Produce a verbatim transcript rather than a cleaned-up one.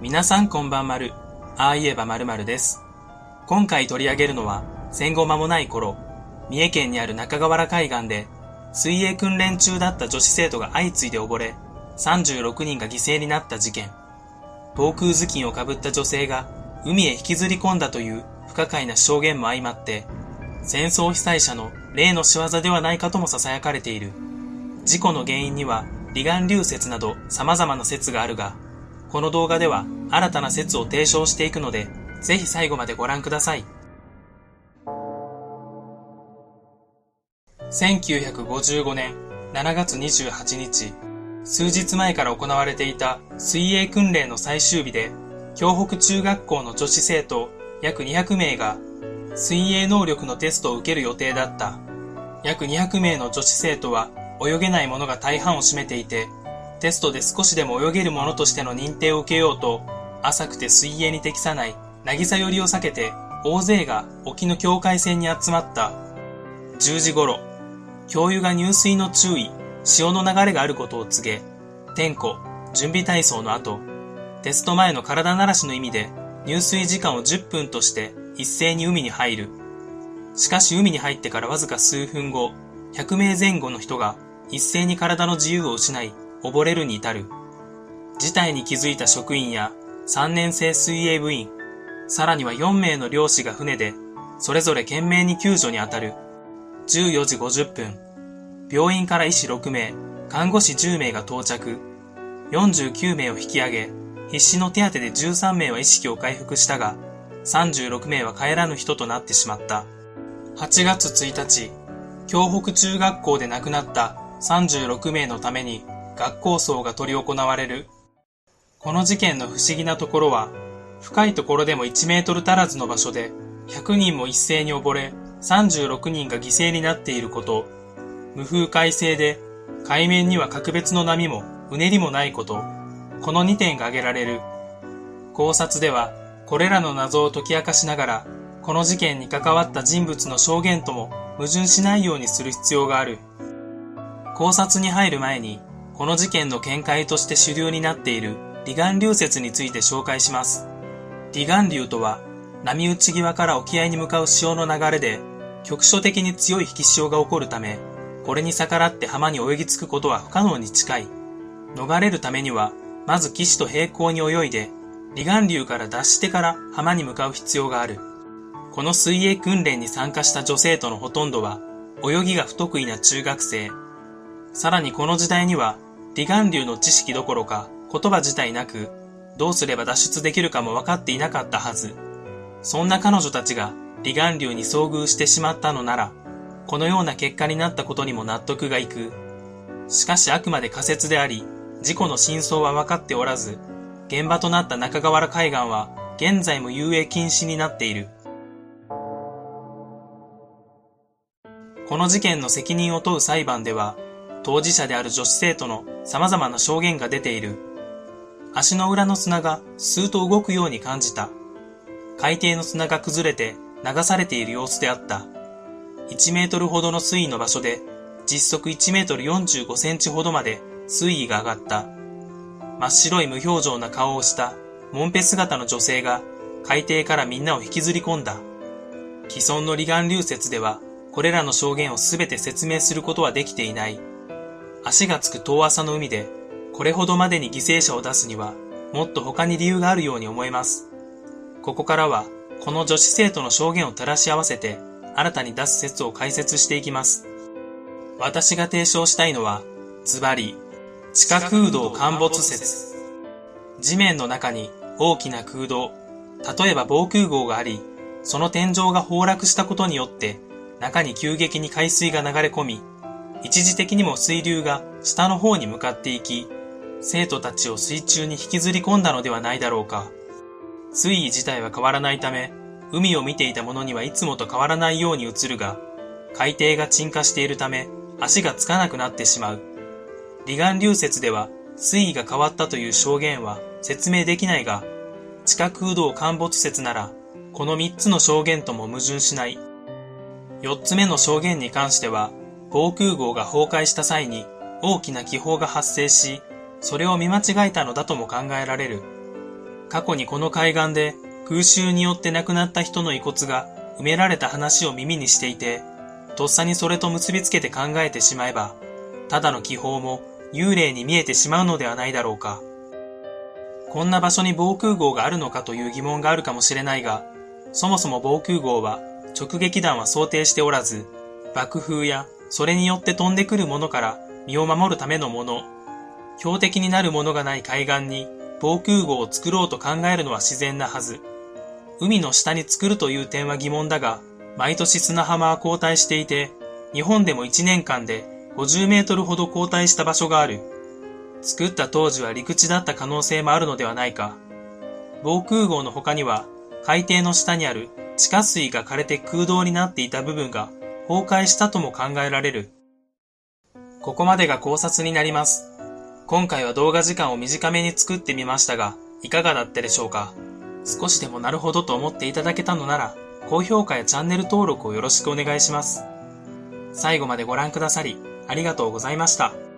皆さんこんばんまる。ああ言えば〇〇です。今回取り上げるのは、戦後間もない頃、三重県にある中河原海岸で、水泳訓練中だった女子生徒が相次いで溺れ、さんじゅうろくにんが犠牲になった事件。防空頭巾をかぶった女性が海へ引きずり込んだという不可解な証言も相まって、戦争被災者の霊の仕業ではないかとも囁かれている。事故の原因には離岸流説など様々な説があるが、この動画では新たな説を提唱していくので、ぜひ最後までご覧ください。せんきゅうひゃくごじゅうごねんしちがつにじゅうはちにち、数日前から行われていた水泳訓練の最終日で、京北中学校の女子生徒約にひゃくめいが水泳能力のテストを受ける予定だった。約にひゃくめいの女子生徒は泳げない者が大半を占めていて、テストで少しでも泳げる者としての認定を受けようと、浅くて水泳に適さない渚寄りを避けて大勢が沖の境界線に集まった。じゅうじ頃、教諭が入水の注意、潮の流れがあることを告げ、点呼、準備体操の後、テスト前の体慣らしの意味で入水時間をじゅっぷんとして一斉に海に入る。しかし海に入ってからわずか数分後、ひゃくめいぜん後の人が一斉に体の自由を失い、溺れるに至る。事態に気づいた職員やさんねんせい水泳部員、さらにはよんめいの漁師が船で、それぞれ懸命に救助に当たる。じゅうよじごじゅっぷん、病院から医師ろくめい、看護師じゅうめいが到着。よんじゅうきゅうめいを引き上げ、必死の手当てでじゅうさんめいは意識を回復したが、さんじゅうろくめいは帰らぬ人となってしまった。はちがつついたち、京北中学校で亡くなったさんじゅうろくめいのために学校葬が執り行われる。この事件の不思議なところは、深いところでもいちメートル足らずの場所でひゃくにんも一斉に溺れ、さんじゅうろくにんが犠牲になっていること、無風快晴で海面には格別の波もうねりもないこと、このにてんが挙げられる。考察ではこれらの謎を解き明かしながら、この事件に関わった人物の証言とも矛盾しないようにする必要がある。考察に入る前に、この事件の見解として主流になっている離岸流説について紹介します。離岸流とは、波打ち際から沖合に向かう潮の流れで、局所的に強い引き潮が起こるため、これに逆らって浜に泳ぎ着くことは不可能に近い。逃れるためには、まず岸と平行に泳いで、離岸流から脱してから浜に向かう必要がある。この水泳訓練に参加した女生徒のほとんどは、泳ぎが不得意な中学生。さらにこの時代には、離岸流の知識どころか言葉自体なく、どうすれば脱出できるかも分かっていなかったはず。そんな彼女たちが離岸流に遭遇してしまったのなら、このような結果になったことにも納得がいく。しかしあくまで仮説であり、事故の真相は分かっておらず、現場となった中河原海岸は現在も遊泳禁止になっている。この事件の責任を問う裁判では、当事者である女子生徒の様々な証言が出ている。足の裏の砂がスーッと動くように感じた。海底の砂が崩れて流されている様子であった。いちメートルほどの水位の場所で実測いちメートルよんじゅうごセンチほどまで水位が上がった。真っ白い無表情な顔をしたもんぺ姿の女性が海底からみんなを引きずり込んだ。既存の離岸流説ではこれらの証言をすべて説明することはできていない。足がつく遠浅の海でこれほどまでに犠牲者を出すにはもっと他に理由があるように思えます。ここからはこの女子生徒の証言を照らし合わせて新たに出す説を解説していきます。私が提唱したいのはズバリ地下空洞陥没説。地面の中に大きな空洞、例えば防空壕があり、その天井が崩落したことによって中に急激に海水が流れ込み、一時的にも水流が下の方に向かっていき、生徒たちを水中に引きずり込んだのではないだろうか。水位自体は変わらないため、海を見ていた者にはいつもと変わらないように映るが、海底が沈下しているため足がつかなくなってしまう。離岸流説では水位が変わったという証言は説明できないが、地下空洞陥没説ならこのみっつの証言とも矛盾しない。よっつめの証言に関しては、防空壕が崩壊した際に大きな気泡が発生し、それを見間違えたのだとも考えられる。 過去にこの海岸で空襲によって亡くなった人の遺骨が埋められた話を耳にしていて、とっさにそれと結びつけて考えてしまえば、ただの気泡も幽霊に見えてしまうのではないだろうか。こんな場所に防空壕があるのかという疑問があるかもしれないが、そもそも防空壕は直撃弾は想定しておらず、爆風やそれによって飛んでくるものから身を守るためのもの、標的になるものがない海岸に防空壕を作ろうと考えるのは自然なはず。海の下に作るという点は疑問だが、毎年砂浜は後退していて、日本でもいちねんかんでごじゅうメートルほど後退した場所がある。作った当時は陸地だった可能性もあるのではないか。防空壕の他には、海底の下にある地下水が枯れて空洞になっていた部分が崩壊したとも考えられる。ここまでが考察になります。今回は動画時間を短めに作ってみましたが、いかがだったでしょうか。少しでもなるほどと思っていただけたのなら、高評価やチャンネル登録をよろしくお願いします。最後までご覧くださり、ありがとうございました。